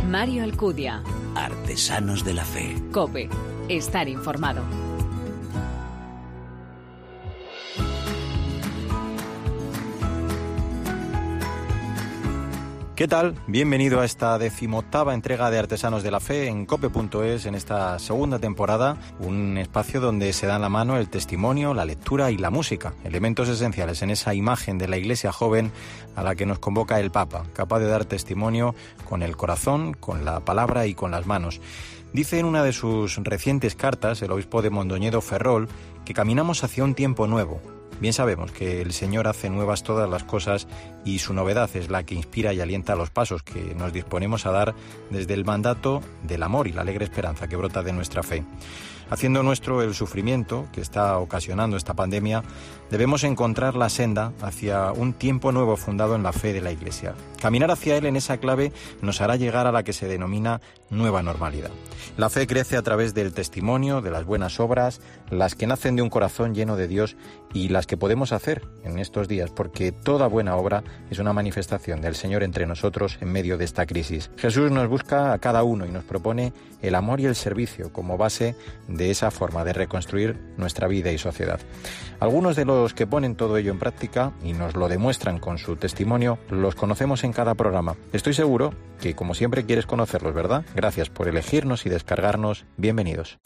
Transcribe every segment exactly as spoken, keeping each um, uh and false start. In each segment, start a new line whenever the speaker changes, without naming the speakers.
Mario Alcudia.
Artesanos de la Fe.
COPE. Estar informado.
¿Qué tal? Bienvenido a esta decimoctava entrega de Artesanos de la Fe en cope punto es en esta segunda temporada, un espacio donde se dan la mano el testimonio, la lectura y la música, elementos esenciales en esa imagen de la Iglesia joven a la que nos convoca el Papa, capaz de dar testimonio con el corazón, con la palabra y con las manos. Dice en una de sus recientes cartas el obispo de Mondoñedo Ferrol que caminamos hacia un tiempo nuevo. Bien sabemos que el Señor hace nuevas todas las cosas y su novedad es la que inspira y alienta los pasos que nos disponemos a dar desde el mandato del amor y la alegre esperanza que brota de nuestra fe. Haciendo nuestro el sufrimiento que está ocasionando esta pandemia, debemos encontrar la senda hacia un tiempo nuevo fundado en la fe de la Iglesia. Caminar hacia él en esa clave nos hará llegar a la que se denomina nueva normalidad. La fe crece a través del testimonio, de las buenas obras, las que nacen de un corazón lleno de Dios y las que podemos hacer en estos días, porque toda buena obra es una manifestación del Señor entre nosotros en medio de esta crisis. Jesús nos busca a cada uno y nos propone el amor y el servicio como base de esa forma de reconstruir nuestra vida y sociedad. Algunos de los que ponen todo ello en práctica y nos lo demuestran con su testimonio, los conocemos en cada programa. Estoy seguro que, como siempre, quieres conocerlos, ¿verdad? Gracias por elegirnos y descargarnos. Bienvenidos.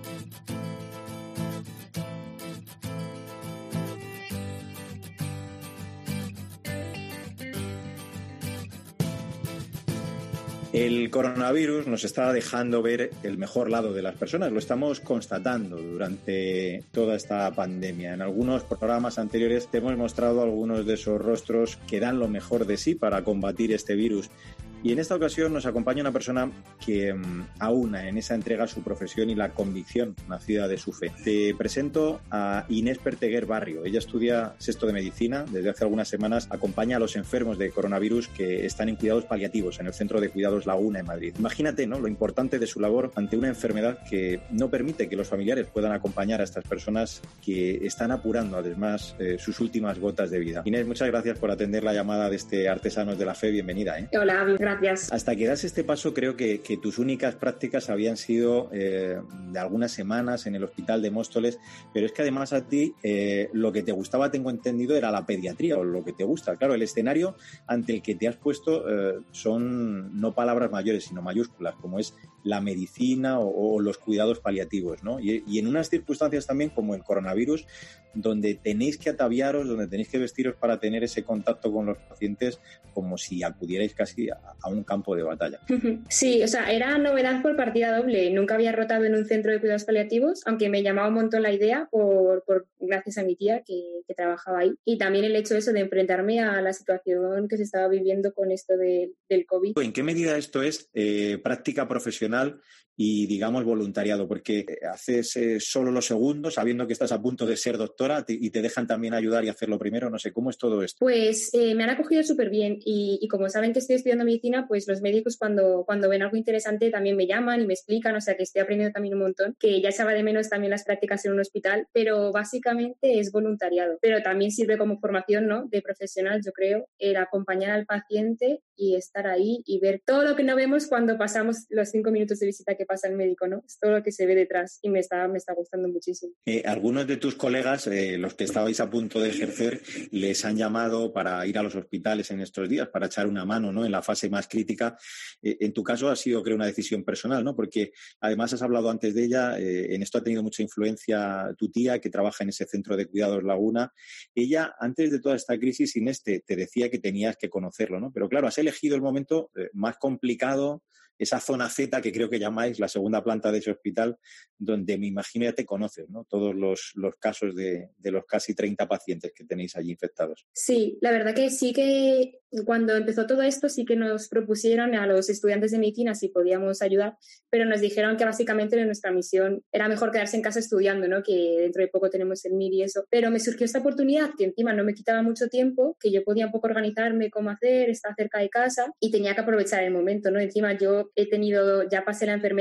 El coronavirus nos está dejando ver el mejor lado de las personas. Lo estamos constatando durante toda esta pandemia. En algunos programas anteriores te hemos mostrado algunos de esos rostros que dan lo mejor de sí para combatir este virus. Y en esta ocasión nos acompaña una persona que um, aúna en esa entrega su profesión y la convicción nacida de su fe. Te presento a Inés Perteguer Barrio. Ella estudia sexto de medicina. Desde hace algunas semanas acompaña a los enfermos de coronavirus que están en cuidados paliativos en el Centro de Cuidados Laguna en Madrid. Imagínate, ¿no?, lo importante de su labor ante una enfermedad que no permite que los familiares puedan acompañar a estas personas que están apurando además eh, sus últimas gotas de vida. Inés, muchas gracias por atender la llamada de este Artesanos de la Fe. Bienvenida, ¿eh?
Hola, gracias.
Hasta que das este paso, creo que, que tus únicas prácticas habían sido eh, de algunas semanas en el Hospital de Móstoles, pero es que además a ti eh, lo que te gustaba, tengo entendido, era la pediatría, o lo que te gusta. Claro, el escenario ante el que te has puesto eh, son no palabras mayores, sino mayúsculas, como es la medicina o, o los cuidados paliativos, ¿no? Y, y en unas circunstancias también como el coronavirus, donde tenéis que ataviaros, donde tenéis que vestiros para tener ese contacto con los pacientes como si acudierais casi a, a un campo de batalla.
Sí, o sea, era novedad por partida doble. Nunca había rotado en un centro de cuidados paliativos, aunque me llamaba un montón la idea por, por gracias a mi tía que, que trabajaba ahí. Y también el hecho eso de enfrentarme a la situación que se estaba viviendo con esto de, del COVID.
¿En qué medida esto es eh, práctica profesional y, digamos, voluntariado? Porque haces eh, solo los segundos, sabiendo que estás a punto de ser doctora, te, y te dejan también ayudar y hacerlo primero. No sé, ¿cómo es todo esto?
Pues eh, me han acogido súper bien y, y como saben que estoy estudiando medicina, pues los médicos cuando, cuando ven algo interesante también me llaman y me explican, o sea que estoy aprendiendo también un montón, que ya echaba de menos también las prácticas en un hospital, pero básicamente es voluntariado. Pero también sirve como formación, ¿no?, de profesional, yo creo, el acompañar al paciente y estar ahí y ver todo lo que no vemos cuando pasamos los cinco minutos de visita que pasa el médico, ¿no? Es todo lo que se ve detrás y me está, me está gustando muchísimo.
Eh, algunos de tus colegas, eh, los que estabais a punto de ejercer, les han llamado para ir a los hospitales en estos días, para echar una mano, ¿no?, en la fase más crítica. Eh, en tu caso ha sido, creo, una decisión personal, ¿no? Porque además has hablado antes de ella, eh, en esto ha tenido mucha influencia tu tía, que trabaja en ese Centro de Cuidados Laguna. Ella, antes de toda esta crisis, Inés, te, te decía que tenías que conocerlo, ¿no? Pero claro, has elegido el momento eh, más complicado, esa zona Z que creo que llamáis la segunda planta de ese hospital, donde me imagino ya te conoces, ¿no?, todos los, los casos de, de los casi treinta pacientes que tenéis allí infectados.
Sí, la verdad que sí que cuando empezó todo esto sí que nos propusieron a los estudiantes de medicina si podíamos ayudar, pero nos dijeron que básicamente nuestra misión era mejor quedarse en casa estudiando, ¿no?, que dentro de poco tenemos el M I R y eso. Pero me surgió esta oportunidad que encima no me quitaba mucho tiempo, que yo podía un poco organizarme cómo hacer, estar cerca de casa y tenía que aprovechar el momento, ¿no? Encima yo he tenido, ya pasé la enfermedad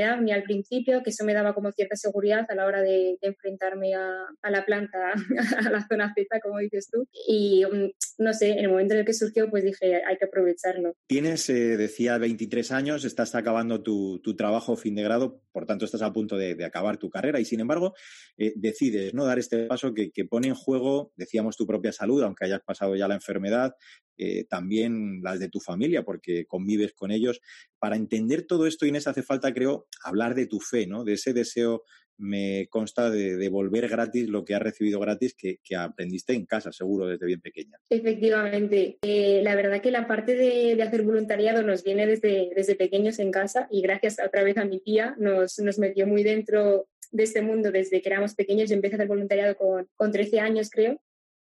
enfermedad ni al principio, que eso me daba como cierta seguridad a la hora de, de enfrentarme a, a la planta, a la zona Z, como dices tú. Y no sé, en el momento en el que surgió, pues dije, hay que aprovecharlo.
Tienes, eh, decía, veintitrés años, estás acabando tu, tu trabajo fin de grado, por tanto estás a punto de, de acabar tu carrera y sin embargo eh, decides no dar este paso que, que pone en juego, decíamos, tu propia salud, aunque hayas pasado ya la enfermedad, eh, también las de tu familia, porque convives con ellos. Para entender todo esto, Inés, hace falta, creo, hablar de tu fe, ¿no? De ese deseo, me consta, de devolver gratis lo que has recibido gratis, que, que aprendiste en casa, seguro, desde bien pequeña.
Efectivamente. Eh, la verdad que la parte de, de hacer voluntariado nos viene desde, desde pequeños en casa y gracias otra vez a mi tía nos, nos metió muy dentro de este mundo desde que éramos pequeños. Yo empecé a hacer voluntariado con, con trece años, creo,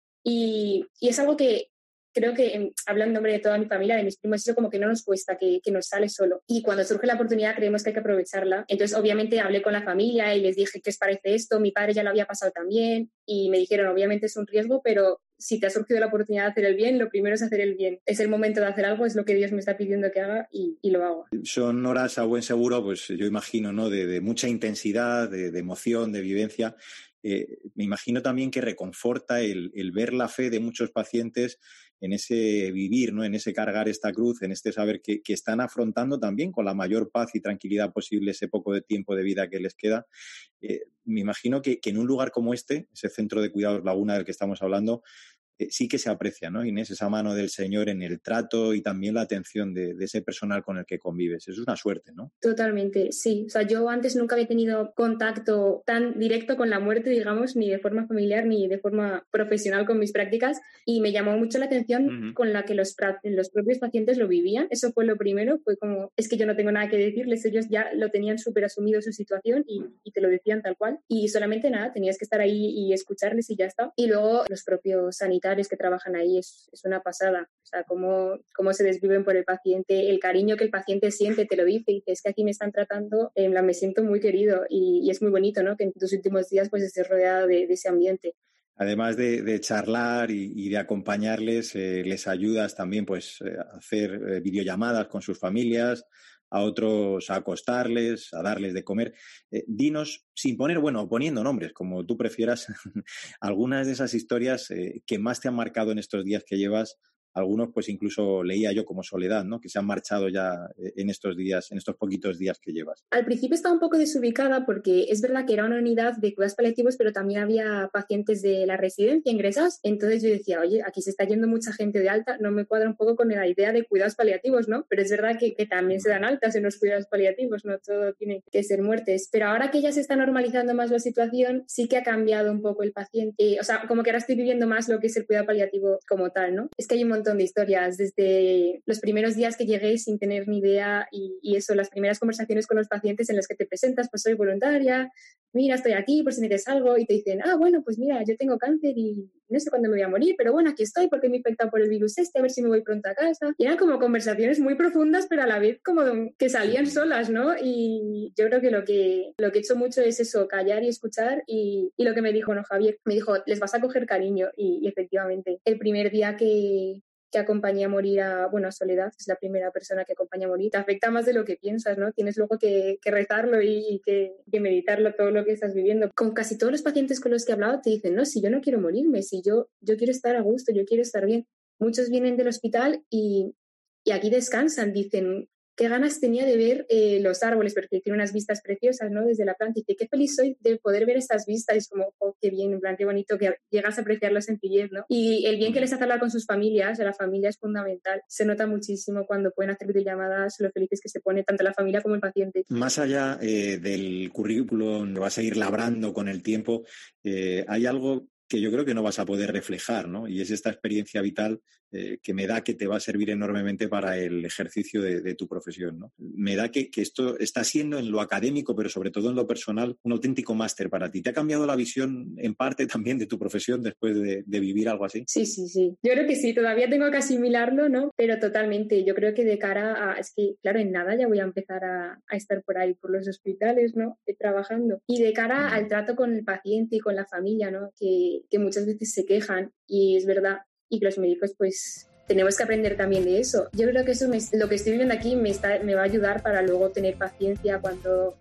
y, y es algo que creo que, hablando en nombre de toda mi familia, de mis primos, eso como que no nos cuesta, que, que nos sale solo. Y cuando surge la oportunidad creemos que hay que aprovecharla. Entonces, obviamente, hablé con la familia y les dije, ¿qué os parece esto? Mi padre ya lo había pasado también y me dijeron, obviamente es un riesgo, pero si te ha surgido la oportunidad de hacer el bien, lo primero es hacer el bien. Es el momento de hacer algo, es lo que Dios me está pidiendo que haga y, y lo hago.
Son horas a buen seguro, pues yo imagino, ¿no? De, de mucha intensidad, de, de emoción, de vivencia. Eh, me imagino también que reconforta el, el ver la fe de muchos pacientes en ese vivir, ¿no? En ese cargar esta cruz, en este saber que, que están afrontando también con la mayor paz y tranquilidad posible ese poco de tiempo de vida que les queda. Eh, me imagino que, que en un lugar como este, ese centro de cuidados Laguna del que estamos hablando, eh, sí que se aprecia, ¿no, Inés? Esa mano del Señor en el trato y también la atención de, de ese personal con el que convives. Eso es una suerte, ¿no?
Totalmente, sí. O sea, yo antes nunca había tenido contacto tan directo con la muerte, digamos, ni de forma familiar ni de forma profesional con mis prácticas, y me llamó mucho la atención uh-huh. con la que los, los propios pacientes lo vivían. Eso fue lo primero, fue como, es que yo no tengo nada que decirles, ellos ya lo tenían súper asumido su situación y, y te lo decían tal cual. Y solamente nada, tenías que estar ahí y escucharles y ya está. Y luego los propios sanitarios que trabajan ahí es, es una pasada. O sea, cómo, cómo se desviven por el paciente, el cariño que el paciente siente, te lo dice, y dice, es que aquí me están tratando, eh, me siento muy querido, y, y es muy bonito, ¿no? Que en tus últimos días pues estés rodeado de, de ese ambiente.
Además de, de charlar y, y de acompañarles, eh, les ayudas también pues eh, a hacer eh, videollamadas con sus familias, a otros a acostarles, a darles de comer. Eh, dinos, sin poner, bueno, poniendo nombres, como tú prefieras, algunas de esas historias eh, que más te han marcado en estos días que llevas. Algunos, pues incluso leía yo como Soledad, ¿no? Que se han marchado ya en estos días, en estos poquitos días que llevas.
Al principio estaba un poco desubicada porque es verdad que era una unidad de cuidados paliativos, pero también había pacientes de la residencia ingresados. Entonces yo decía, oye, aquí se está yendo mucha gente de alta, no me cuadra un poco con la idea de cuidados paliativos, ¿no? Pero es verdad que, que también se dan altas en los cuidados paliativos, no todo tiene que ser muertes. Pero ahora que ya se está normalizando más la situación, sí que ha cambiado un poco el paciente. O sea, como que ahora estoy viviendo más lo que es el cuidado paliativo como tal, ¿no? Es que hay un montón de historias, desde los primeros días que llegué sin tener ni idea y, y eso, las primeras conversaciones con los pacientes en las que te presentas, pues soy voluntaria, mira, estoy aquí por si necesitas algo, y te dicen, ah, bueno, pues mira, yo tengo cáncer y no sé cuándo me voy a morir, pero bueno, aquí estoy porque me he infectado por el virus este, a ver si me voy pronto a casa. Y eran como conversaciones muy profundas, pero a la vez como que salían solas, ¿no? Y yo creo que lo que, lo que he hecho mucho es eso, callar y escuchar, y, y lo que me dijo, bueno, Javier, me dijo, les vas a coger cariño, y, y efectivamente, el primer día que... que acompañé a morir a, bueno, a Soledad, es la primera persona que acompaña a morir, te afecta más de lo que piensas, ¿no? Tienes luego que, que rezarlo y, y que, que meditarlo todo lo que estás viviendo. Con casi todos los pacientes con los que he hablado te dicen, no, si yo no quiero morirme, si yo, yo quiero estar a gusto, yo quiero estar bien. Muchos vienen del hospital y, y aquí descansan, dicen, qué ganas tenía de ver eh, los árboles, porque tiene unas vistas preciosas, ¿no? Desde la planta. Y dice, qué feliz soy de poder ver estas vistas. Es como, oh, qué bien, en plan, qué bonito que llegas a apreciar la sencillez, ¿no? Y el bien que les hace hablar con sus familias, la familia es fundamental. Se nota muchísimo cuando pueden hacer videollamadas, lo felices que se pone tanto la familia como el paciente.
Más allá eh, del currículum que vas a ir labrando con el tiempo, eh, hay algo que yo creo que no vas a poder reflejar, ¿no? Y es esta experiencia vital eh, que me da que te va a servir enormemente para el ejercicio de, de tu profesión, ¿no? Me da que, que esto está siendo en lo académico, pero sobre todo en lo personal, un auténtico máster para ti. ¿Te ha cambiado la visión en parte también de tu profesión después de, de vivir algo así?
Sí, sí, sí. Yo creo que sí, todavía tengo que asimilarlo, ¿no? Pero totalmente. Yo creo que de cara a... Es que, claro, en nada ya voy a empezar a, a estar por ahí, por los hospitales, ¿no? Trabajando. Y de cara al trato con el paciente y con la familia, ¿no? Que que muchas veces se quejan, y es verdad, y que los médicos pues tenemos que aprender también de eso. Yo creo que eso me, lo que estoy viviendo aquí me, está, me va a ayudar para luego tener paciencia cuando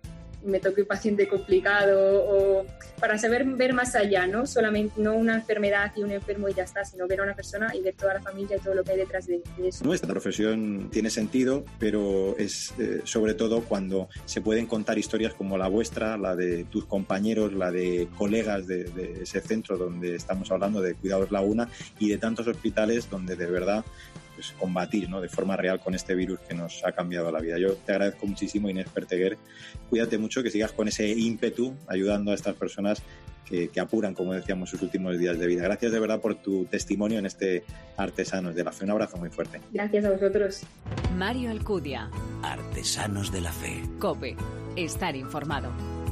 me toque un paciente complicado, o para saber ver más allá, ¿no? Solamente no una enfermedad y un enfermo y ya está, sino ver a una persona y ver toda la familia y todo lo que hay detrás de, de eso.
Nuestra profesión tiene sentido, pero es eh, sobre todo cuando se pueden contar historias como la vuestra, la de tus compañeros, la de colegas de, de ese centro donde estamos hablando de Cuidados Laguna y de tantos hospitales donde de verdad pues, combatir, ¿no?, de forma real con este virus que nos ha cambiado la vida. Yo te agradezco muchísimo, Inés Perteguer. Cuídate mucho, que sigas con ese ímpetu ayudando a estas personas que, que apuran, como decíamos, sus últimos días de vida. Gracias de verdad por tu testimonio en este Artesanos de la Fe. Un abrazo muy fuerte.
Gracias a vosotros.
Mario Alcudia.
Artesanos de la Fe.
COPE. Estar informado.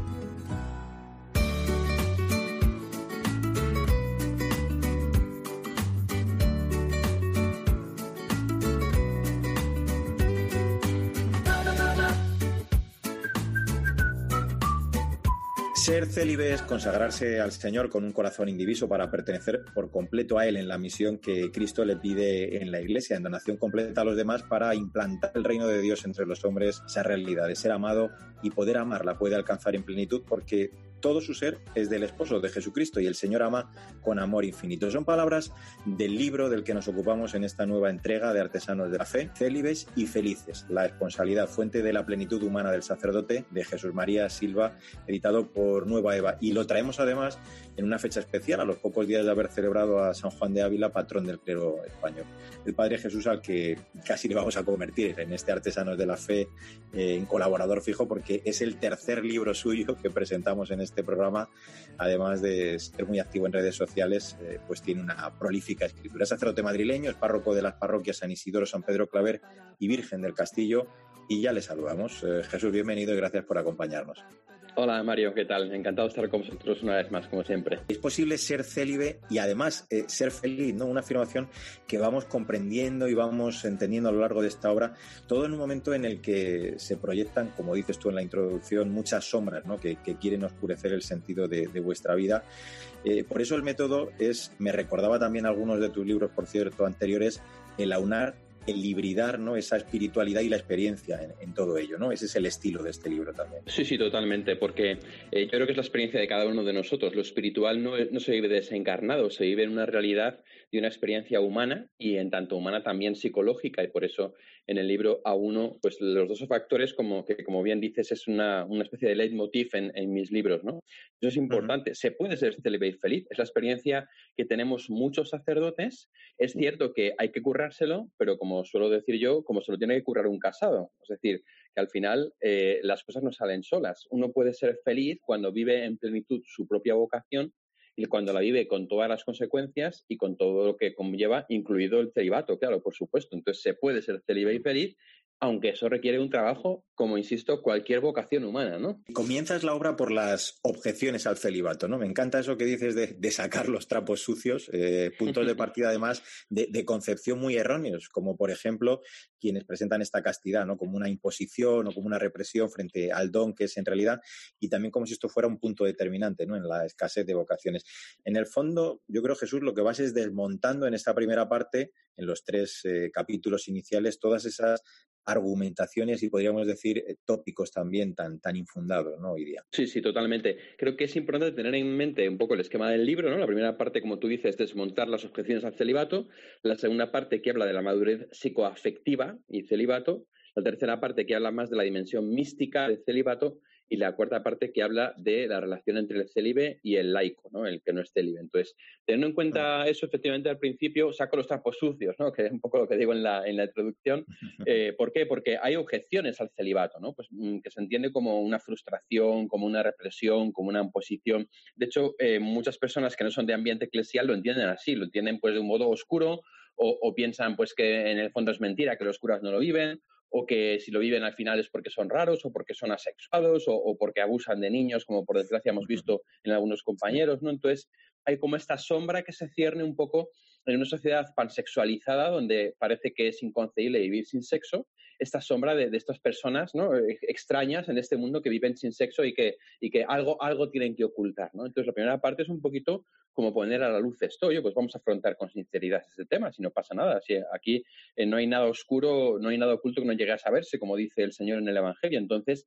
Ser célibe es consagrarse al Señor con un corazón indiviso para pertenecer por completo a Él en la misión que Cristo le pide en la Iglesia, en donación completa a los demás para implantar el reino de Dios entre los hombres. Esa realidad de ser amado y poder amar la puede alcanzar en plenitud porque todo su ser es del esposo de Jesucristo y el Señor ama con amor infinito. Son palabras del libro del que nos ocupamos en esta nueva entrega de Artesanos de la Fe, Célibes y Felices, la esponsabilidad, fuente de la plenitud humana del sacerdote, de Jesús María Silva, editado por Nueva Eva. Y lo traemos además en una fecha especial, a los pocos días de haber celebrado a San Juan de Ávila, patrón del clero español. El Padre Jesús, al que casi le vamos a convertir en este Artesanos de la Fe eh, en colaborador fijo, porque es el tercer libro suyo que presentamos en este programa. Además de ser muy activo en redes sociales, eh, pues tiene una prolífica escritura. Es sacerdote madrileño, es párroco de las parroquias San Isidoro, San Pedro Claver y Virgen del Castillo. Y ya le saludamos. Eh, Jesús, bienvenido y gracias por acompañarnos.
Hola Mario, ¿qué tal? Encantado de estar con vosotros una vez más, como siempre.
Es posible ser célibe y además eh, ser feliz, ¿no? Una afirmación que vamos comprendiendo y vamos entendiendo a lo largo de esta obra, todo en un momento en el que se proyectan, como dices tú en la introducción, muchas sombras, ¿no?, que, que quieren oscurecer el sentido de, de vuestra vida. Eh, por eso el método es, me recordaba también algunos de tus libros, por cierto, anteriores, el aunar, el hibridar, ¿no?, esa espiritualidad y la experiencia en, en todo ello, ¿no? Ese es el estilo de este libro también.
Sí, sí, totalmente, porque eh, yo creo que es la experiencia de cada uno de nosotros. Lo espiritual no, no se vive desencarnado, se vive en una realidad de una experiencia humana y en tanto humana también psicológica, y por eso en el libro A uno, pues los dos factores, como que como bien dices, es una, una especie de leitmotiv en, en mis libros, ¿no? Eso es importante. Uh-huh. Se puede ser célibe y feliz, es la experiencia que tenemos muchos sacerdotes. Es cierto que hay que currárselo, pero como Como suelo decir yo, como se lo tiene que currar un casado. Es decir, que al final eh, las cosas no salen solas. Uno puede ser feliz cuando vive en plenitud su propia vocación y cuando la vive con todas las consecuencias y con todo lo que conlleva, incluido el celibato, claro, por supuesto. Entonces se puede ser célibe y feliz, aunque eso requiere un trabajo, como insisto, cualquier vocación humana, ¿no?
Comienzas la obra por las objeciones al celibato, ¿no? Me encanta eso que dices de, de sacar los trapos sucios, eh, puntos de partida además de, de concepción muy erróneos, como por ejemplo quienes presentan esta castidad, ¿no?, como una imposición o como una represión frente al don que es en realidad, y también como si esto fuera un punto determinante, ¿no?, en la escasez de vocaciones. En el fondo, yo creo, Jesús, lo que vas es desmontando en esta primera parte, en los tres eh, capítulos iniciales, todas esas argumentaciones y podríamos decir tópicos también tan, tan infundados, ¿no?, hoy día.
Sí, sí, totalmente. Creo que es importante tener en mente un poco el esquema del libro, ¿no? La primera parte, como tú dices, desmontar las objeciones al celibato. La segunda parte que habla de la madurez psicoafectiva y celibato. La tercera parte que habla más de la dimensión mística del celibato. Y la cuarta parte que habla de la relación entre el célibe y el laico, ¿no?, el que no es célibe. Entonces, teniendo en cuenta eso, efectivamente, al principio saco los trapos sucios, ¿no?, que es un poco lo que digo en la, en la introducción. Eh, ¿Por qué? Porque hay objeciones al celibato, ¿no?, pues que se entiende como una frustración, como una represión, como una imposición. De hecho, eh, muchas personas que no son de ambiente eclesial lo entienden así, lo entienden pues de un modo oscuro o, o piensan pues que en el fondo es mentira, que los curas no lo viven, o que si lo viven al final es porque son raros o porque son asexuados o, o porque abusan de niños, como por desgracia hemos visto en algunos compañeros, ¿no? Entonces hay como esta sombra que se cierne un poco en una sociedad pansexualizada donde parece que es inconcebible vivir sin sexo, esta sombra de, de estas personas, ¿no?, extrañas en este mundo que viven sin sexo y que, y que algo, algo tienen que ocultar, ¿no? Entonces la primera parte es un poquito como poner a la luz esto. Oye, pues vamos a afrontar con sinceridad este tema, si no pasa nada. Si aquí eh, no hay nada oscuro, no hay nada oculto que no llegue a saberse, como dice el Señor en el Evangelio. Entonces,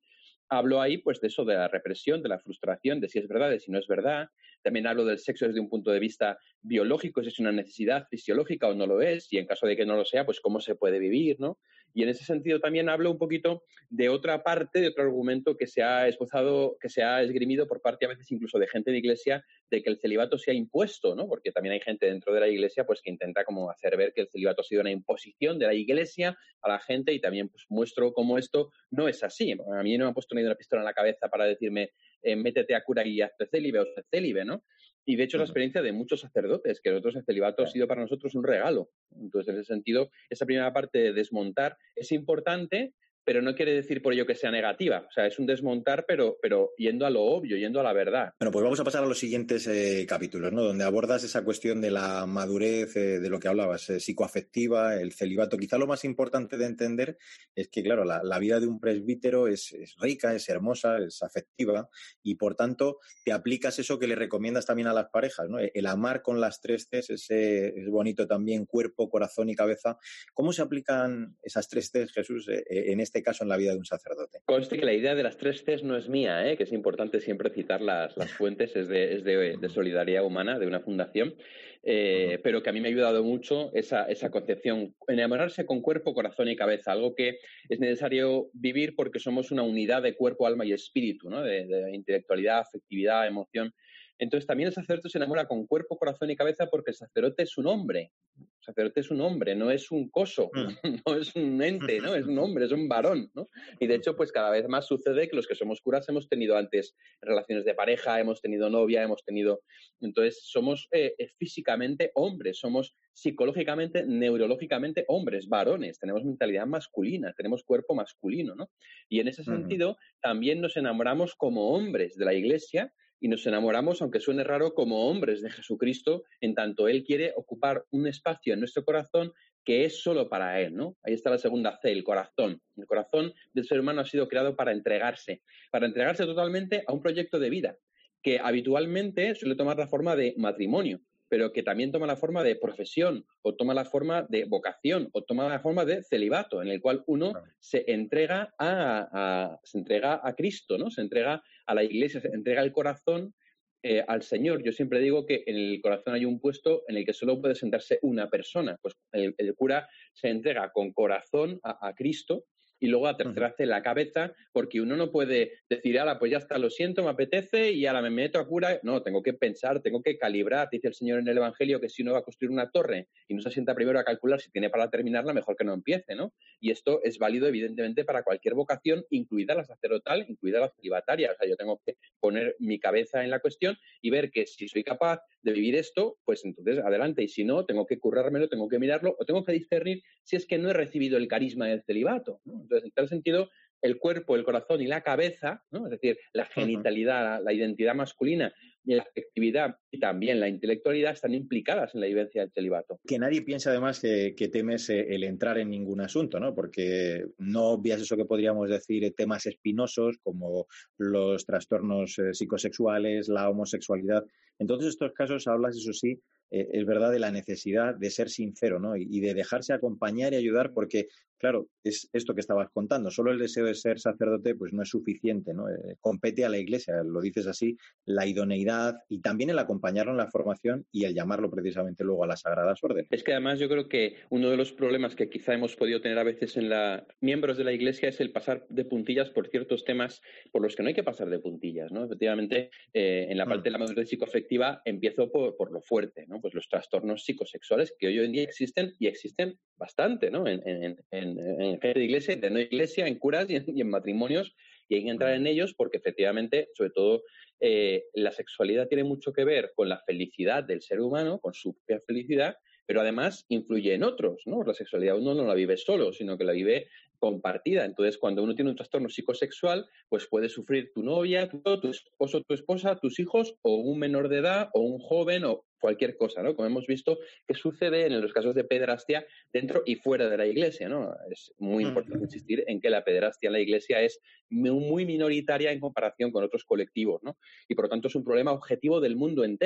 hablo ahí pues de eso, de la represión, de la frustración, de si es verdad, de si no es verdad. También hablo del sexo desde un punto de vista biológico, si es una necesidad fisiológica o no lo es, y en caso de que no lo sea, pues cómo se puede vivir, ¿no? Y en ese sentido también hablo un poquito de otra parte, de otro argumento que se ha esbozado, que se ha esgrimido por parte a veces incluso de gente de iglesia, de que el celibato se ha impuesto, ¿no? Porque también hay gente dentro de la iglesia pues que intenta como hacer ver que el celibato ha sido una imposición de la iglesia a la gente, y también pues muestro cómo esto no es así. A mí no me han puesto ni una pistola en la cabeza para decirme eh, métete a cura y hazte célibe o sé célibe, ¿no? Y de hecho, uh-huh. la experiencia de muchos sacerdotes, que nosotros el celibato yeah. ha sido para nosotros un regalo. Entonces, en ese sentido, esa primera parte de desmontar es importante, pero no quiere decir por ello que sea negativa. O sea, es un desmontar, pero, pero yendo a lo obvio, yendo a la verdad.
Bueno, pues vamos a pasar a los siguientes eh, capítulos, ¿no? Donde abordas esa cuestión de la madurez, eh, de lo que hablabas, eh, psicoafectiva, el celibato. Quizá lo más importante de entender es que, claro, la, la vida de un presbítero es, es rica, es hermosa, es afectiva, y por tanto te aplicas eso que le recomiendas también a las parejas, ¿no? El amar con las tres Cs, ese es bonito también, cuerpo, corazón y cabeza. ¿Cómo se aplican esas tres Cs, Jesús, eh, en este caso en la vida de un sacerdote?
Conste que la idea de las tres Cs no es mía, ¿eh? Que es importante siempre citar las, las fuentes, es, de, es de, de Solidaridad Humana, de una fundación, eh, uh-huh. pero que a mí me ha ayudado mucho esa, esa concepción, enamorarse con cuerpo, corazón y cabeza, algo que es necesario vivir porque somos una unidad de cuerpo, alma y espíritu, ¿no? de, de intelectualidad, afectividad, emoción. Entonces también el sacerdote se enamora con cuerpo, corazón y cabeza porque el sacerdote es un hombre. El sacerdote es un hombre, no es un coso, mm. no es un ente, ¿no? Es un hombre, es un varón, ¿no? Y de hecho, pues cada vez más sucede que los que somos curas hemos tenido antes relaciones de pareja, hemos tenido novia, hemos tenido... Entonces somos eh, físicamente hombres, somos psicológicamente, neurológicamente hombres, varones, tenemos mentalidad masculina, tenemos cuerpo masculino, ¿no? Y en ese mm. sentido también nos enamoramos como hombres de la Iglesia, y nos enamoramos, aunque suene raro, como hombres de Jesucristo, en tanto Él quiere ocupar un espacio en nuestro corazón que es solo para Él, ¿no? Ahí está la segunda C, el corazón. El corazón del ser humano ha sido creado para entregarse, para entregarse totalmente a un proyecto de vida, que habitualmente suele tomar la forma de matrimonio, pero que también toma la forma de profesión, o toma la forma de vocación, o toma la forma de celibato, en el cual uno claro. se entrega a, a, se entrega a Cristo, ¿no? Se entrega a la Iglesia, se entrega el corazón eh, al Señor. Yo siempre digo que en el corazón hay un puesto en el que solo puede sentarse una persona. Pues el, el cura se entrega con corazón a, a Cristo, y luego a tercera hace la cabeza, porque uno no puede decir, ala, pues ya está, lo siento, me apetece y ahora me meto a cura. No, tengo que pensar, tengo que calibrar. Dice el Señor en el Evangelio que si uno va a construir una torre y no se sienta primero a calcular si tiene para terminarla, mejor que no empiece, ¿no? Y esto es válido, evidentemente, para cualquier vocación, incluida la sacerdotal, incluida la celibataria. O sea, yo tengo que poner mi cabeza en la cuestión y ver que si soy capaz de vivir esto, pues entonces adelante. Y si no, tengo que currármelo, tengo que mirarlo, o tengo que discernir si es que no he recibido el carisma del celibato, ¿no? Entonces, en tal sentido, el cuerpo, el corazón y la cabeza, ¿no? Es decir, la genitalidad, la, la identidad masculina y la afectividad y también la intelectualidad están implicadas en la vivencia del celibato.
Que nadie piense además que, que temes el entrar en ningún asunto, ¿no? Porque no obvias eso que podríamos decir temas espinosos como los trastornos eh, psicosexuales, la homosexualidad. En todos estos casos hablas, eso sí, eh, es verdad, de la necesidad de ser sincero, ¿no? Y, y de dejarse acompañar y ayudar porque, claro, es esto que estabas contando. Solo el deseo de ser sacerdote pues no es suficiente, ¿no? Eh, compete a la Iglesia, lo dices así, la idoneidad y también el acompañarlo en la formación y el llamarlo precisamente luego a las sagradas órdenes.
Es que además yo creo que uno de los problemas que quizá hemos podido tener a veces en la miembros de la Iglesia es el pasar de puntillas por ciertos temas por los que no hay que pasar de puntillas, ¿no? Efectivamente, eh, en la parte mm. de la madurez psicoafectiva empiezo por, por lo fuerte, ¿no? Pues los trastornos psicosexuales que hoy en día existen y existen bastante, ¿no? En, en, en, en gente de iglesia, de no iglesia, en curas y en, y en matrimonios, y hay que entrar en ellos porque efectivamente, sobre todo, eh, la sexualidad tiene mucho que ver con la felicidad del ser humano, con su propia felicidad, pero además influye en otros, ¿no? La sexualidad uno no la vive solo, sino que la vive compartida. Entonces, cuando uno tiene un trastorno psicosexual, pues puede sufrir tu novia, tu, tu esposo, tu esposa, tus hijos, o un menor de edad, o un joven, o cualquier cosa, ¿no? Como hemos visto que sucede en los casos de pederastia dentro y fuera de la Iglesia, ¿no? Es muy importante insistir en que la pederastia en la Iglesia es muy minoritaria en comparación con otros colectivos, ¿no? Y por lo tanto es un problema objetivo del mundo entero.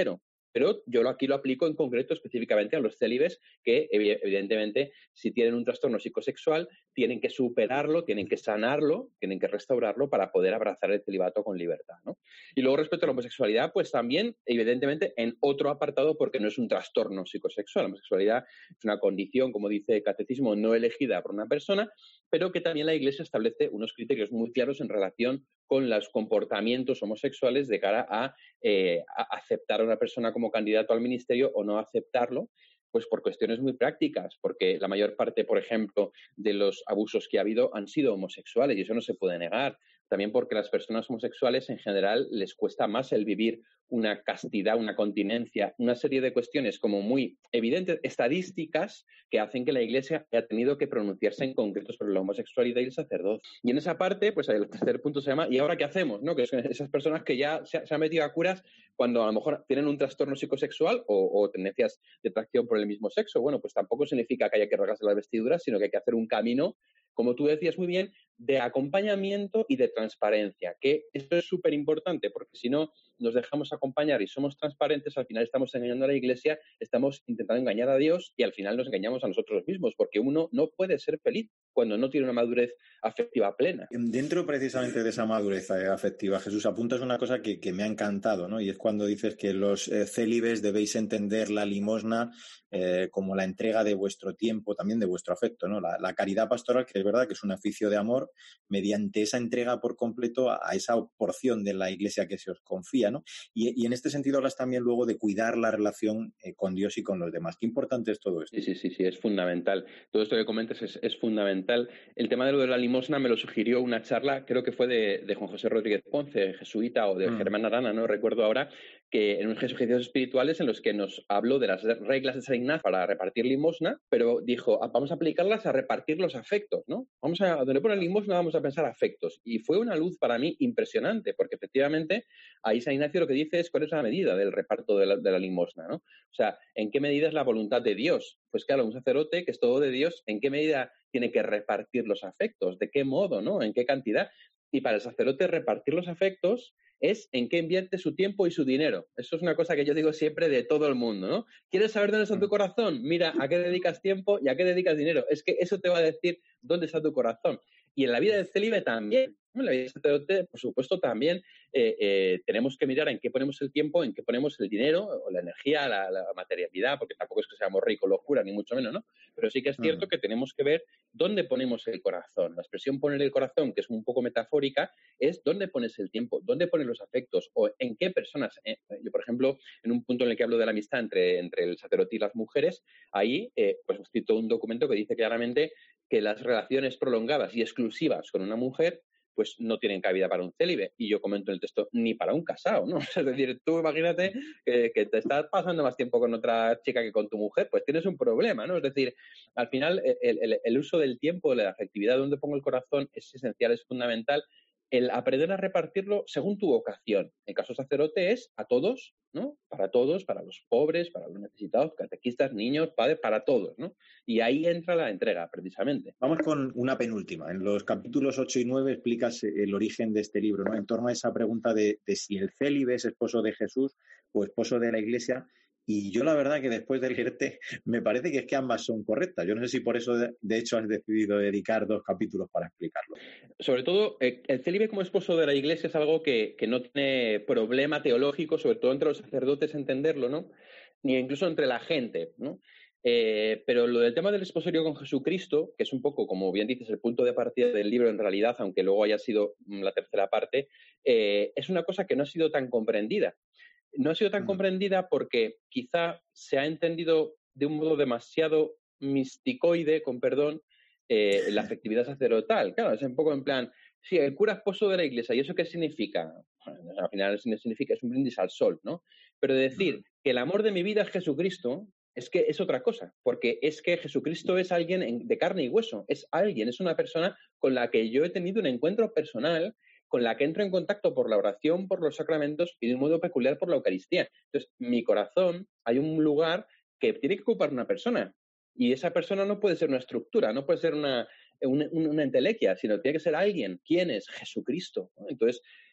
Pero yo aquí lo aplico en concreto específicamente a los célibes que, evidentemente, si tienen un trastorno psicosexual, tienen que superarlo, tienen que sanarlo, tienen que restaurarlo para poder abrazar el celibato con libertad, ¿no? Y luego, respecto a la homosexualidad, pues también, evidentemente, en otro apartado, porque no es un trastorno psicosexual. La homosexualidad es una condición, como dice el catecismo, no elegida por una persona, pero que también la Iglesia establece unos criterios muy claros en relación con los comportamientos homosexuales de cara a, eh, a aceptar a una persona como candidato al ministerio o no aceptarlo, pues por cuestiones muy prácticas, porque la mayor parte, por ejemplo, de los abusos que ha habido han sido homosexuales y eso no se puede negar. También porque a las personas homosexuales en general les cuesta más el vivir una castidad, una continencia, una serie de cuestiones como muy evidentes, estadísticas, que hacen que la Iglesia haya tenido que pronunciarse en concreto sobre la homosexualidad y el sacerdocio. Y en esa parte, pues el tercer punto se llama ¿y ahora qué hacemos? ¿No? Que son esas personas que ya se, se han metido a curas cuando a lo mejor tienen un trastorno psicosexual o, o tendencias de atracción por el mismo sexo. Bueno, pues tampoco significa que haya que rasgarse las vestiduras, sino que hay que hacer un camino, como tú decías muy bien, de acompañamiento y de transparencia, que esto es súper importante, porque si no nos dejamos acompañar y somos transparentes, al final estamos engañando a la Iglesia, estamos intentando engañar a Dios y al final nos engañamos a nosotros mismos, porque uno no puede ser feliz cuando no tiene una madurez afectiva plena.
Dentro precisamente de esa madurez afectiva, Jesús, apuntas una cosa que, que me ha encantado, ¿no? Y es cuando dices que los eh, célibes debéis entender la limosna eh, como la entrega de vuestro tiempo, también de vuestro afecto, ¿no? La, la caridad pastoral, que es verdad que es un oficio de amor, mediante esa entrega por completo a, a esa porción de la Iglesia que se os confía, ¿no? Y, y en este sentido hablas también luego de cuidar la relación eh, con Dios y con los demás. Qué importante es todo esto.
Sí, sí, sí, sí, es fundamental. Todo esto que comentas es, es fundamental. El tema de lo de la limosna me lo sugirió una charla, creo que fue de, de Juan José Rodríguez Ponce, jesuita, o de mm. Germán Arana, no recuerdo ahora, que en unos ejercicios espirituales en los que nos habló de las reglas de San Ignacio para repartir limosna, pero dijo, ah, vamos a aplicarlas a repartir los afectos, ¿no? Vamos a, donde pone limosna vamos a pensar afectos. Y fue una luz para mí impresionante, porque efectivamente ahí San Ignacio lo que dice es cuál es la medida del reparto de la, de la limosna, ¿no? O sea, ¿en qué medida es la voluntad de Dios? Pues claro, un sacerdote que es todo de Dios, ¿en qué medida tiene que repartir los afectos? ¿De qué modo, no? ¿En qué cantidad? Y para el sacerdote repartir los afectos es en qué invierte su tiempo y su dinero. Eso es una cosa que yo digo siempre de todo el mundo, ¿no? ¿Quieres saber dónde está tu corazón? Mira a qué dedicas tiempo y a qué dedicas dinero. Es que eso te va a decir dónde está tu corazón. Y en la vida del célibe también, ¿no? En la vida del sacerdote, por supuesto, también eh, eh, tenemos que mirar en qué ponemos el tiempo, en qué ponemos el dinero, o la energía, la, la materialidad, porque tampoco es que seamos ricos, locura, ni mucho menos, ¿no? Pero sí que es cierto uh-huh. que tenemos que ver dónde ponemos el corazón. La expresión poner el corazón, que es un poco metafórica, es dónde pones el tiempo, dónde pones los afectos, o en qué personas. Eh, yo, por ejemplo, en un punto en el que hablo de la amistad entre, entre el sacerdote y las mujeres, ahí eh, pues he escrito un documento que dice claramente que las relaciones prolongadas y exclusivas con una mujer pues no tienen cabida para un célibe. Y yo comento en el texto, ni para un casado, ¿no? Es decir, tú imagínate que, que te estás pasando más tiempo con otra chica que con tu mujer, pues tienes un problema, ¿no? Es decir, al final el, el, el uso del tiempo, de la afectividad, donde pongo el corazón, es esencial, es fundamental. El aprender a repartirlo según tu vocación. En el caso sacerdote es a todos, ¿no? Para todos, para los pobres, para los necesitados, catequistas, niños, padres, para todos, ¿no? Y ahí entra la entrega, precisamente.
Vamos con una penúltima. En los capítulos ocho y nueve explicas el origen de este libro, ¿no? En torno a esa pregunta de, de si el célibe es esposo de Jesús o esposo de la Iglesia. Y yo la verdad que después de leerte me parece que es que ambas son correctas. Yo no sé si por eso de, de hecho has decidido dedicar dos capítulos para explicarlo.
Sobre todo, eh, el célibe como esposo de la Iglesia es algo que, que no tiene problema teológico, sobre todo entre los sacerdotes entenderlo, ¿no? Ni incluso entre la gente, ¿no? Eh, pero lo del tema del esposorio con Jesucristo, que es un poco, como bien dices, el punto de partida del libro en realidad, aunque luego haya sido la tercera parte, eh, es una cosa que no ha sido tan comprendida. No ha sido tan comprendida porque quizá se ha entendido de un modo demasiado misticoide, con perdón, eh, la afectividad sacerdotal. Claro, es un poco en plan, sí, el cura esposo de la Iglesia, ¿y eso qué significa? Bueno, al final significa, es un brindis al sol, ¿no? Pero decir que el amor de mi vida es Jesucristo, es que es otra cosa, porque es que Jesucristo es alguien de carne y hueso, es alguien, es una persona con la que yo he tenido un encuentro personal, con la que entro en contacto por la oración, por los sacramentos y de un modo peculiar por la Eucaristía. Entonces, mi corazón, hay un lugar que tiene que ocupar una persona y esa persona no puede ser una estructura, no puede ser una, una, una entelequia, sino tiene que ser alguien. ¿Quién es? Jesucristo, ¿no? Entonces,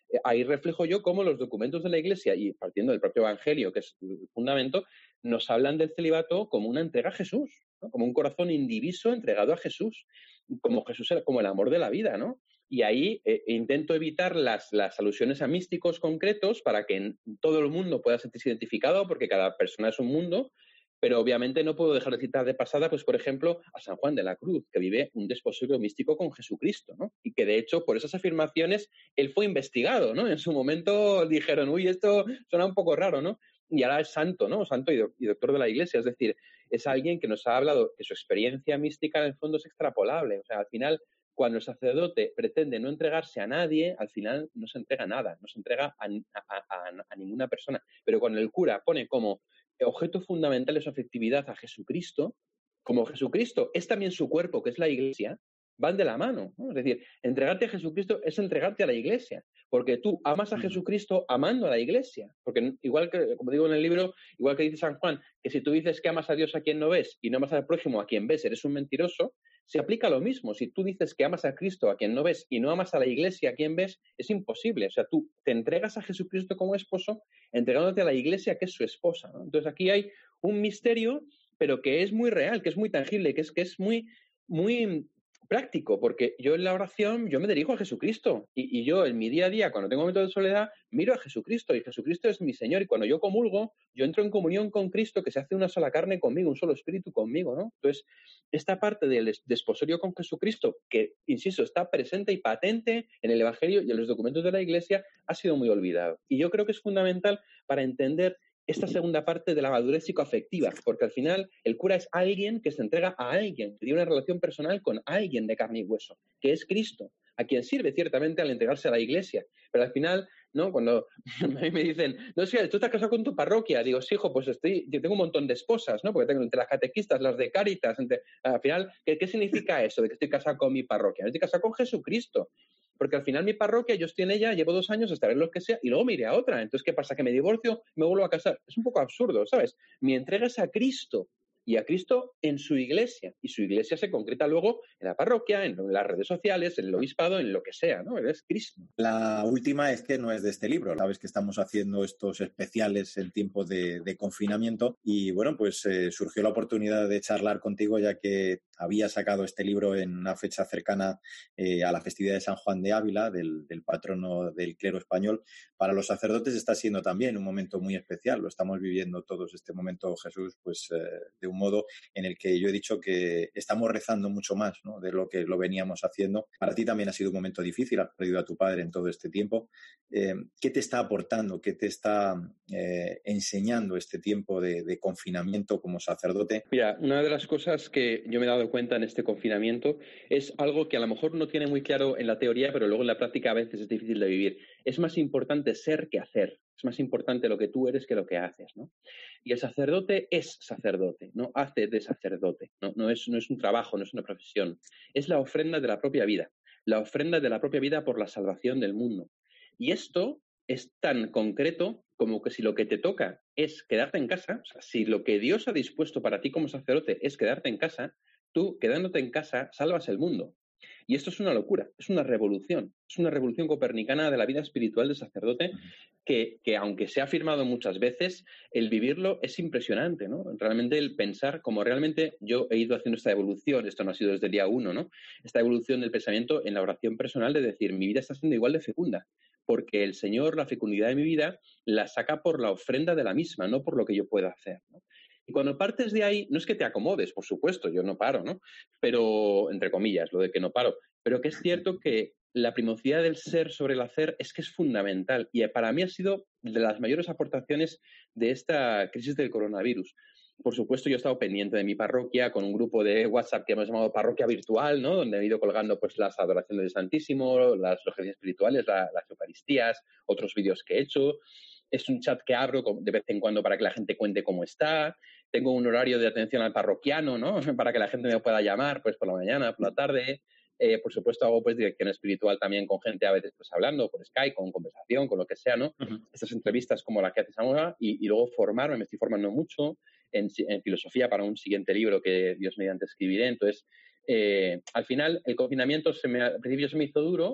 eh, ahí reflejo yo cómo los documentos de la Iglesia, y partiendo del propio Evangelio, que es el fundamento, nos hablan del celibato como una entrega a Jesús, ¿no? Como un corazón indiviso entregado a Jesús, como Jesús era como el amor de la vida, ¿no? Y ahí eh, intento evitar las, las alusiones a místicos concretos para que en todo el mundo pueda sentirse identificado, porque cada persona es un mundo, pero obviamente no puedo dejar de citar de pasada, pues por ejemplo, a San Juan de la Cruz, que vive un desposorio místico con Jesucristo, ¿no? Y que de hecho, por esas afirmaciones, él fue investigado, ¿no? En su momento dijeron, uy, esto suena un poco raro, ¿no? Y ahora es santo, ¿no? Santo y, do- y doctor de la Iglesia, es decir, es alguien que nos ha hablado que su experiencia mística en el fondo es extrapolable, o sea, al final, cuando el sacerdote pretende no entregarse a nadie, al final no se entrega a nada, no se entrega a, a- a- a ninguna persona. Pero cuando el cura pone como objeto fundamental de su afectividad a Jesucristo, como Jesucristo es también su cuerpo, que es la Iglesia, van de la mano, ¿no? Es decir, entregarte a Jesucristo es entregarte a la Iglesia, porque tú amas a Jesucristo amando a la Iglesia, porque igual que, como digo en el libro, igual que dice San Juan, que si tú dices que amas a Dios a quien no ves y no amas al prójimo a quien ves, eres un mentiroso, se aplica lo mismo. Si tú dices que amas a Cristo a quien no ves y no amas a la Iglesia a quien ves, es imposible. O sea, tú te entregas a Jesucristo como esposo entregándote a la Iglesia que es su esposa, ¿no? Entonces aquí hay un misterio, pero que es muy real, que es muy tangible, que es, que es muy, muy práctico, porque yo en la oración yo me dirijo a Jesucristo y, y yo en mi día a día, cuando tengo momentos de soledad, miro a Jesucristo y Jesucristo es mi Señor, y cuando yo comulgo, yo entro en comunión con Cristo, que se hace una sola carne conmigo, un solo espíritu conmigo, ¿no? Entonces, esta parte del des- desposorio con Jesucristo, que, insisto, está presente y patente en el Evangelio y en los documentos de la Iglesia, ha sido muy olvidado. Y yo creo que es fundamental para entender esta segunda parte de la madurez psicoafectiva, porque al final el cura es alguien que se entrega a alguien, que tiene una relación personal con alguien de carne y hueso, que es Cristo, a quien sirve ciertamente al entregarse a la Iglesia. Pero al final, ¿no? Cuando a mí me dicen, no, sí, tú te has casado con tu parroquia, digo, sí, hijo, pues estoy, yo tengo un montón de esposas, ¿no? Porque tengo entre las catequistas, las de Cáritas, entre, al final, ¿qué, ¿qué significa eso de que estoy casado con mi parroquia? Estoy casado con Jesucristo. Porque al final mi parroquia, yo estoy en ella, llevo dos años, hasta ver lo que sea, y luego me iré a otra. Entonces, ¿qué pasa? Que me divorcio, me vuelvo a casar. Es un poco absurdo, ¿sabes? Mi entrega es a Cristo, y a Cristo en su Iglesia. Y su Iglesia se concreta luego en la parroquia, en las redes sociales, en el obispado, en lo que sea, ¿no? Es Cristo.
La última es que no es de este libro. Sabes que estamos haciendo estos especiales en tiempos de, de confinamiento y, bueno, pues eh, surgió la oportunidad de charlar contigo ya que había sacado este libro en una fecha cercana eh, a la festividad de San Juan de Ávila, del, del patrono del clero español. Para los sacerdotes está siendo también un momento muy especial. Lo estamos viviendo todos este momento, Jesús, pues eh, de un modo en el que yo he dicho que estamos rezando mucho más, ¿no?, de lo que lo veníamos haciendo. Para ti también ha sido un momento difícil, has perdido a tu padre en todo este tiempo. Eh, ¿Qué te está aportando, qué te está eh, enseñando este tiempo de, de confinamiento como sacerdote?
Mira, una de las cosas que yo me he dado cuenta en este confinamiento es algo que a lo mejor no tiene muy claro en la teoría, pero luego en la práctica a veces es difícil de vivir. Es más importante ser que hacer. Es más importante lo que tú eres que lo que haces, ¿no? Y el sacerdote es sacerdote, no hace de sacerdote, ¿no? No es, no es un trabajo, no es una profesión. Es la ofrenda de la propia vida, la ofrenda de la propia vida por la salvación del mundo. Y esto es tan concreto como que si lo que te toca es quedarte en casa, o sea, si lo que Dios ha dispuesto para ti como sacerdote es quedarte en casa, tú, quedándote en casa, salvas el mundo. Y esto es una locura, es una revolución, es una revolución copernicana de la vida espiritual del sacerdote que, que aunque se ha afirmado muchas veces, el vivirlo es impresionante, ¿no? Realmente el pensar como realmente yo he ido haciendo esta evolución, esto no ha sido desde el día uno, ¿no? Esta evolución del pensamiento en la oración personal de decir, mi vida está siendo igual de fecunda, porque el Señor, la fecundidad de mi vida, la saca por la ofrenda de la misma, no por lo que yo pueda hacer, ¿no? Y cuando partes de ahí, no es que te acomodes, por supuesto, yo no paro, ¿no? Pero, entre comillas, lo de que no paro, pero que es cierto que la primocidad del ser sobre el hacer es que es fundamental y para mí ha sido de las mayores aportaciones de esta crisis del coronavirus. Por supuesto, yo he estado pendiente de mi parroquia con un grupo de WhatsApp que hemos llamado Parroquia Virtual, ¿no? Donde he ido colgando pues las adoraciones del Santísimo, las urgencias espirituales, la, las Eucaristías, otros vídeos que he hecho. Es un chat que abro de vez en cuando para que la gente cuente cómo está. Tengo un horario de atención al parroquiano, ¿no? Para que la gente me pueda llamar pues por la mañana, por la tarde. Eh, por supuesto, hago pues dirección espiritual también con gente a veces pues hablando por Skype, con conversación, con lo que sea, ¿no? Uh-huh. Estas entrevistas como la que haces ahora y, y luego formarme, me estoy formando mucho en, en filosofía para un siguiente libro que Dios mediante escribiré. Entonces, eh, al final, el confinamiento se me, al principio se me hizo duro,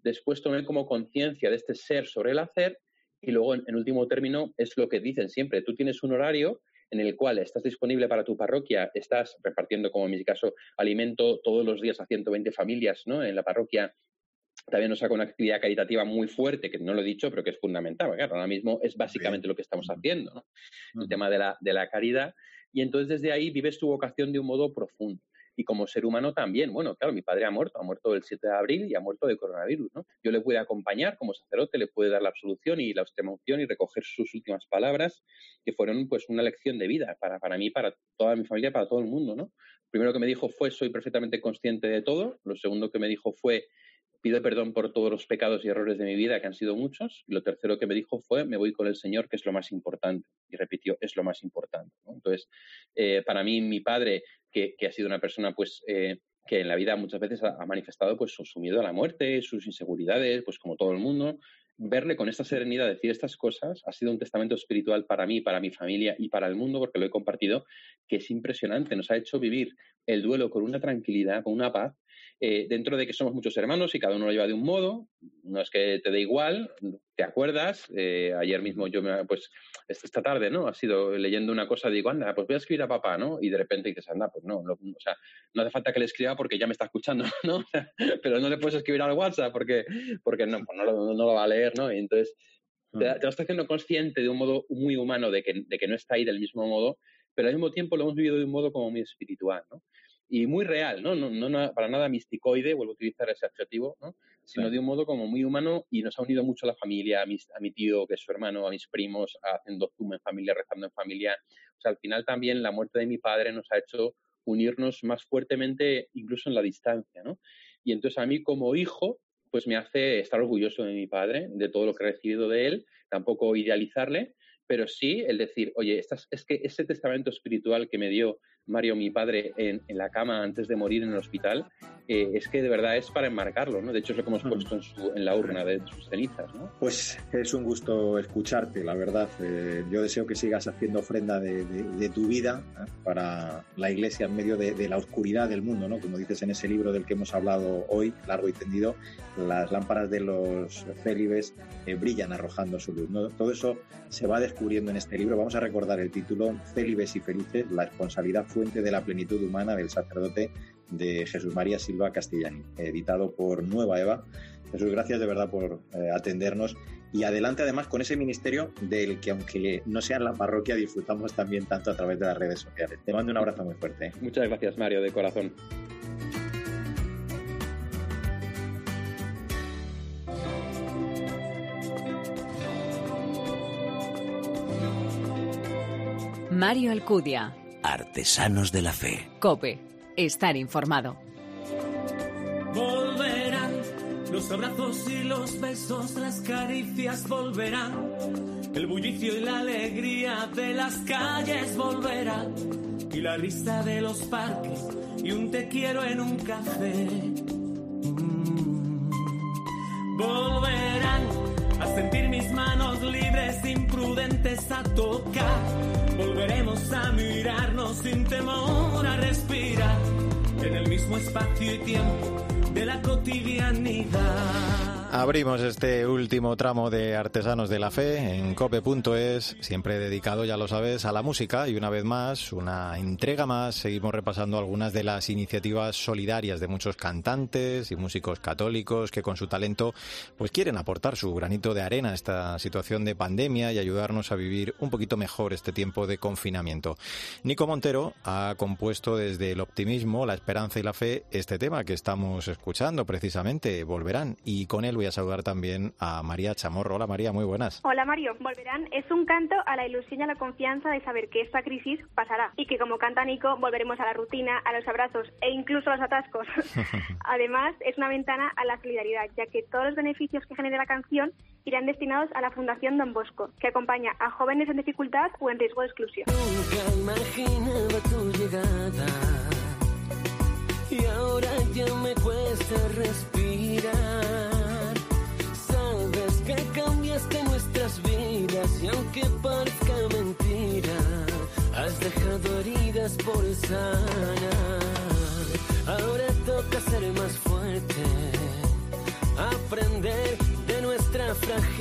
después tomé como conciencia de este ser sobre el hacer y luego, en, en último término, es lo que dicen siempre. Tú tienes un horario en el cual estás disponible para tu parroquia, estás repartiendo, como en mi caso, alimento todos los días a ciento veinte familias, ¿no? En la parroquia también nos saca una actividad caritativa muy fuerte, que no lo he dicho, pero que es fundamental, porque claro, ahora mismo es básicamente lo que estamos haciendo, ¿no? El tema de la, de la caridad. Y entonces desde ahí vives tu vocación de un modo profundo. Y como ser humano también, bueno, claro, mi padre ha muerto, ha muerto el siete de abril y ha muerto de coronavirus, ¿no? Yo le pude acompañar como sacerdote, le pude dar la absolución y la extremaunción y recoger sus últimas palabras, que fueron pues una lección de vida para, para mí, para toda mi familia, para todo el mundo, ¿no? Lo primero que me dijo fue, soy perfectamente consciente de todo. Lo segundo que me dijo fue, pido perdón por todos los pecados y errores de mi vida, que han sido muchos. Y lo tercero que me dijo fue, me voy con el Señor, que es lo más importante. Y repitió, es lo más importante, ¿no? Entonces, eh, para mí, mi padre, que, que ha sido una persona, pues, eh, que en la vida muchas veces ha, ha manifestado, pues, su, su miedo a la muerte, sus inseguridades, pues, como todo el mundo, verle con esta serenidad decir estas cosas ha sido un testamento espiritual para mí, para mi familia y para el mundo, porque lo he compartido, que es impresionante. Nos ha hecho vivir el duelo con una tranquilidad, con una paz, eh, dentro de que somos muchos hermanos y cada uno lo lleva de un modo. No es que te dé igual, te acuerdas. Eh, ayer mismo yo, me, pues esta tarde, ¿no? Ha sido leyendo una cosa, digo, anda, pues voy a escribir a papá, ¿no? Y de repente dices, anda, pues no, no, o sea, no hace falta que le escriba porque ya me está escuchando, ¿no? Pero no le puedes escribir al WhatsApp porque, porque no, pues no, lo, no lo va a leer, ¿no? Y entonces te, te vas haciendo consciente de un modo muy humano de que, de que no está ahí del mismo modo, pero al mismo tiempo lo hemos vivido de un modo como muy espiritual, ¿no? Y muy real, ¿no? No, no, no para nada misticoide, vuelvo a utilizar ese adjetivo, ¿no? Sino sí, de un modo como muy humano, y nos ha unido mucho a la familia, a, mis, a mi tío, que es su hermano, a mis primos, haciendo Zoom en familia, rezando en familia. O sea, al final también la muerte de mi padre nos ha hecho unirnos más fuertemente, incluso en la distancia, ¿no? Y entonces a mí como hijo, pues me hace estar orgulloso de mi padre, de todo lo que he recibido de él, tampoco idealizarle, pero sí el decir, oye, estas, es que ese testamento espiritual que me dio Mario, mi padre, en, en la cama antes de morir en el hospital, eh, es que de verdad es para enmarcarlo, ¿no? De hecho es lo que hemos puesto en, su, en la urna de sus cenizas, ¿no?
Pues es un gusto escucharte, la verdad. Eh, yo deseo que sigas haciendo ofrenda de, de, de tu vida, ¿eh? Para la Iglesia en medio de, de la oscuridad del mundo, ¿no? Como dices en ese libro del que hemos hablado hoy, largo y tendido, las lámparas de los célibes eh, brillan arrojando su luz, ¿no? Todo eso se va descubriendo en este libro. Vamos a recordar el título, Célibes y felices, la responsabilidad fuente de la plenitud humana del sacerdote, de Jesús María Silva Castellani, editado por Nueva Eva. Jesús, gracias de verdad por eh, atendernos, y adelante además con ese ministerio del que, aunque no sea en la parroquia, disfrutamos también tanto a través de las redes sociales. Te mando un abrazo muy fuerte, ¿eh?
Muchas gracias, Mario, de corazón.
Mario Alcudia.
Artesanos de la Fe.
COPE. Estar informado.
Volverán los abrazos y los besos, las caricias volverán. El bullicio y la alegría de las calles volverá. Y la risa de los parques y un te quiero en un café. Mm. Volverán a sentir mis manos libres, imprudentes a tocar. Volveremos a mirarnos sin temor, a respirar en el mismo espacio y tiempo de la cotidianidad.
Abrimos este último tramo de Artesanos de la Fe en cope punto es, siempre dedicado, ya lo sabes, a la música, y una vez más, una entrega más, seguimos repasando algunas de las iniciativas solidarias de muchos cantantes y músicos católicos que con su talento pues quieren aportar su granito de arena a esta situación de pandemia y ayudarnos a vivir un poquito mejor este tiempo de confinamiento. Nico Montero ha compuesto desde el optimismo, la esperanza y la fe este tema que estamos escuchando precisamente, Volverán, y con él voy a saludar también a María Chamorro. Hola María, muy buenas.
Hola Mario, Volverán es un canto a la ilusión y a la confianza de saber que esta crisis pasará y que, como canta Nico, volveremos a la rutina, a los abrazos e incluso a los atascos. Además, es una ventana a la solidaridad, ya que todos los beneficios que genere la canción irán destinados a la Fundación Don Bosco, que acompaña a jóvenes en dificultad o en riesgo de exclusión.
Nunca imaginaba tu llegada y ahora ya me cuesta respirar. Que cambiaste nuestras vidas y aunque parezca mentira, has dejado heridas por sanar. Ahora toca ser más fuerte, aprender nuestra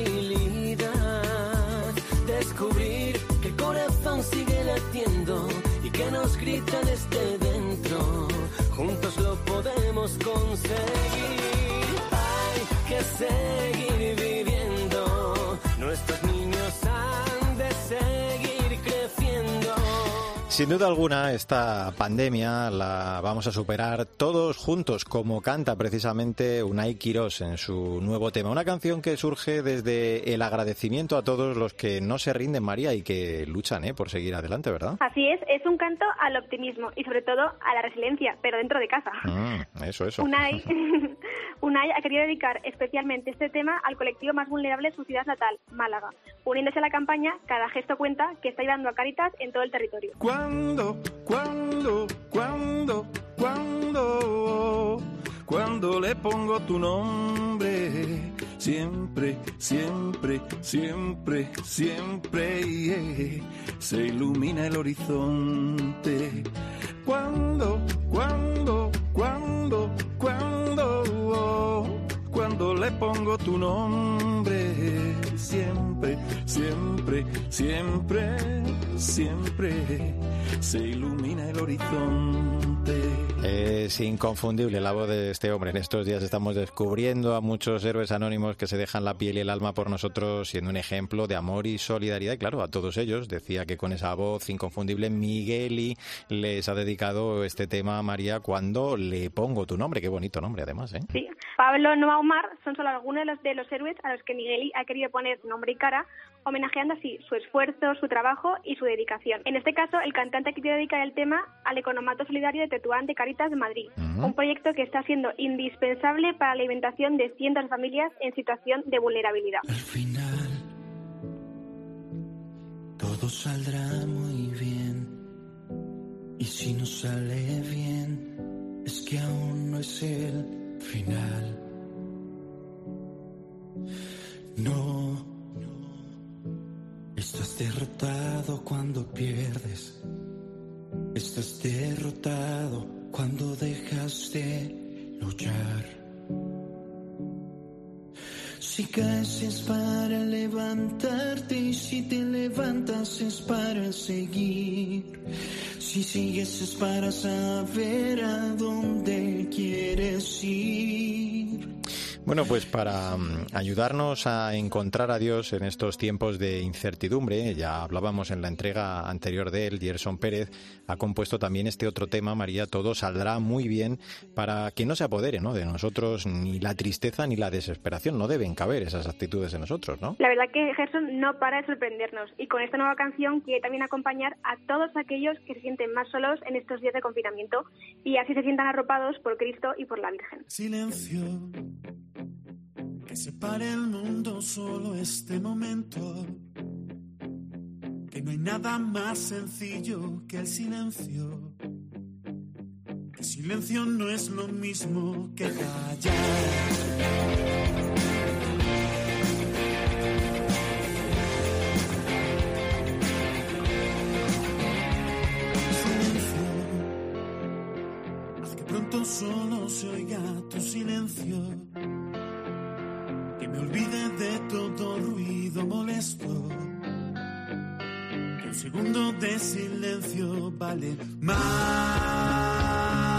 fragilidad, descubrir que el corazón sigue latiendo y que nos grita desde dentro, juntos lo podemos conseguir. Hay que seguir viviendo, nuestros niños han de seguir creciendo.
Sin duda alguna, esta pandemia la vamos a superar todos juntos, como canta precisamente Unai Quirós en su nuevo tema. Una canción que surge desde el agradecimiento a todos los que no se rinden, María, y que luchan ¿eh? por seguir adelante, ¿verdad?
Así es, es un canto al optimismo y sobre todo a la resiliencia, pero dentro de casa.
Mm, eso, eso.
Unai, Unai ha querido dedicar especialmente este tema al colectivo más vulnerable de su ciudad natal, Málaga, uniéndose a la campaña Cada gesto cuenta, que está ayudando a Cáritas en todo el territorio.
Cuando, cuando, cuando, cuando, cuando le pongo tu nombre, siempre, siempre, siempre, siempre, yeah, se ilumina el horizonte. Cuando, cuando, cuando, cuando, cuando le pongo tu nombre, siempre, siempre, siempre, siempre, se ilumina el horizonte.
Es inconfundible la voz de este hombre. En estos días estamos descubriendo a muchos héroes anónimos que se dejan la piel y el alma por nosotros, siendo un ejemplo de amor y solidaridad. Y claro, a todos ellos decía que con esa voz inconfundible Migueli les ha dedicado este tema a María, Cuando le pongo tu nombre. Qué bonito nombre, además, ¿eh?
Sí. Pablo, Noa, Omar son solo algunos de los, de los héroes a los que Migueli ha querido poner nombre y cara, homenajeando así su esfuerzo, su trabajo y su dedicación. En este caso, el cantante quiere dedicar el tema al Economato Solidario de Tetuán de Cáritas de Madrid, uh-huh. un proyecto que está siendo indispensable para la alimentación de cientos de familias en situación de vulnerabilidad.
Al final, todo saldrá muy bien, y si no sale bien, es que aún no es el final. No, estás derrotado cuando pierdes, estás derrotado cuando dejas de luchar. Si caes es para levantarte, y si te levantas es para seguir. Si sigues es para saber a dónde quieres ir.
Bueno, pues para um, ayudarnos a encontrar a Dios en estos tiempos de incertidumbre, ya hablábamos en la entrega anterior de él, Gerson Pérez ha compuesto también este otro tema, María, Todo saldrá muy bien, para que no se apodere, ¿no?, de nosotros ni la tristeza ni la desesperación. No deben caber esas actitudes en nosotros, ¿no?
La verdad que Gerson no para de sorprendernos, y con esta nueva canción quiere también acompañar a todos aquellos que se sienten más solos en estos días de confinamiento, y así se sientan arropados por Cristo y por la Virgen.
Silencio, que separe el mundo solo este momento, que no hay nada más sencillo que el silencio, que silencio no es lo mismo que callar. Pronto solo se oiga tu silencio, que me olvide de todo ruido molesto, que un segundo de silencio vale más.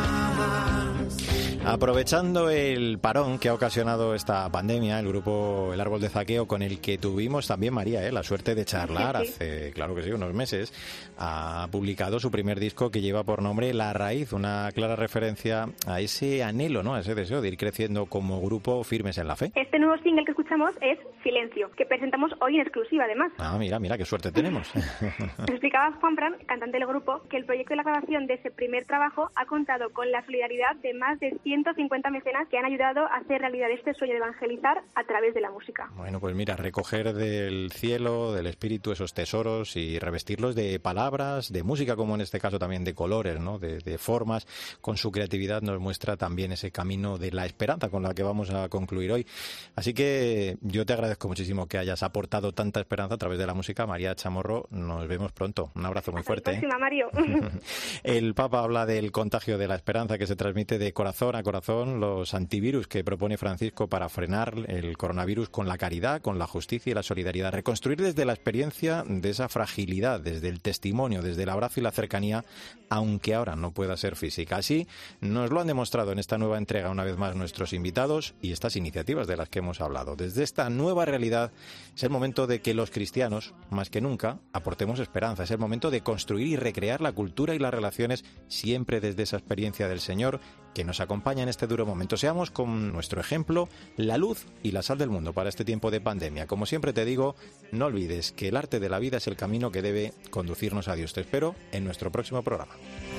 Aprovechando el parón que ha ocasionado esta pandemia, el grupo El Árbol de Zaqueo, con el que tuvimos también, María, ¿eh? la suerte de charlar
sí, sí.
hace, claro que sí, unos meses, ha publicado su primer disco que lleva por nombre La Raíz, una clara referencia a ese anhelo, ¿no?, a ese deseo de ir creciendo como grupo firmes en la fe.
Este nuevo single que escuchamos es Silencio, que presentamos hoy en exclusiva, además.
Ah, mira, mira, qué suerte tenemos.
Nos explicaba Juanfran, cantante del grupo, que el proyecto de la grabación de ese primer trabajo ha contado con la solidaridad de más de ciento cincuenta mecenas que han ayudado a hacer realidad este sueño de evangelizar a través de la música.
Bueno, pues mira, recoger del cielo, del espíritu, esos tesoros y revestirlos de palabras, de música, como en este caso también de colores, ¿no?, de, de formas, con su creatividad nos muestra también ese camino de la esperanza con la que vamos a concluir hoy. Así que yo te agradezco muchísimo que hayas aportado tanta esperanza a través de la música. María Chamorro, nos vemos pronto. Un abrazo muy
Hasta
fuerte.
la próxima, Mario.
El Papa habla del contagio de la esperanza que se transmite de corazón a a corazón los antivirus que propone Francisco para frenar el coronavirus con la caridad, con la justicia y la solidaridad. Reconstruir desde la experiencia de esa fragilidad, desde el testimonio, desde el abrazo y la cercanía, aunque ahora no pueda ser física. Así nos lo han demostrado en esta nueva entrega una vez más nuestros invitados y estas iniciativas de las que hemos hablado. Desde esta nueva realidad es el momento de que los cristianos, más que nunca, aportemos esperanza. Es el momento de construir y recrear la cultura y las relaciones siempre desde esa experiencia del Señor que nos acompaña en este duro momento. Seamos con nuestro ejemplo la luz y la sal del mundo para este tiempo de pandemia. Como siempre te digo, no olvides que el arte de la vida es el camino que debe conducirnos a Dios. Te espero en nuestro próximo programa.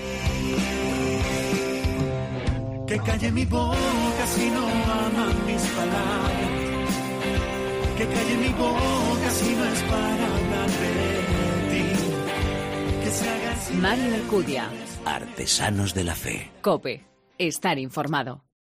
Que calle mi boca si no aman mis palabras. Que calle mi boca si no es para hablar de ti. Que se haga
Mario Alcudia.
Artesanos de la Fe.
COPE. Estar informado.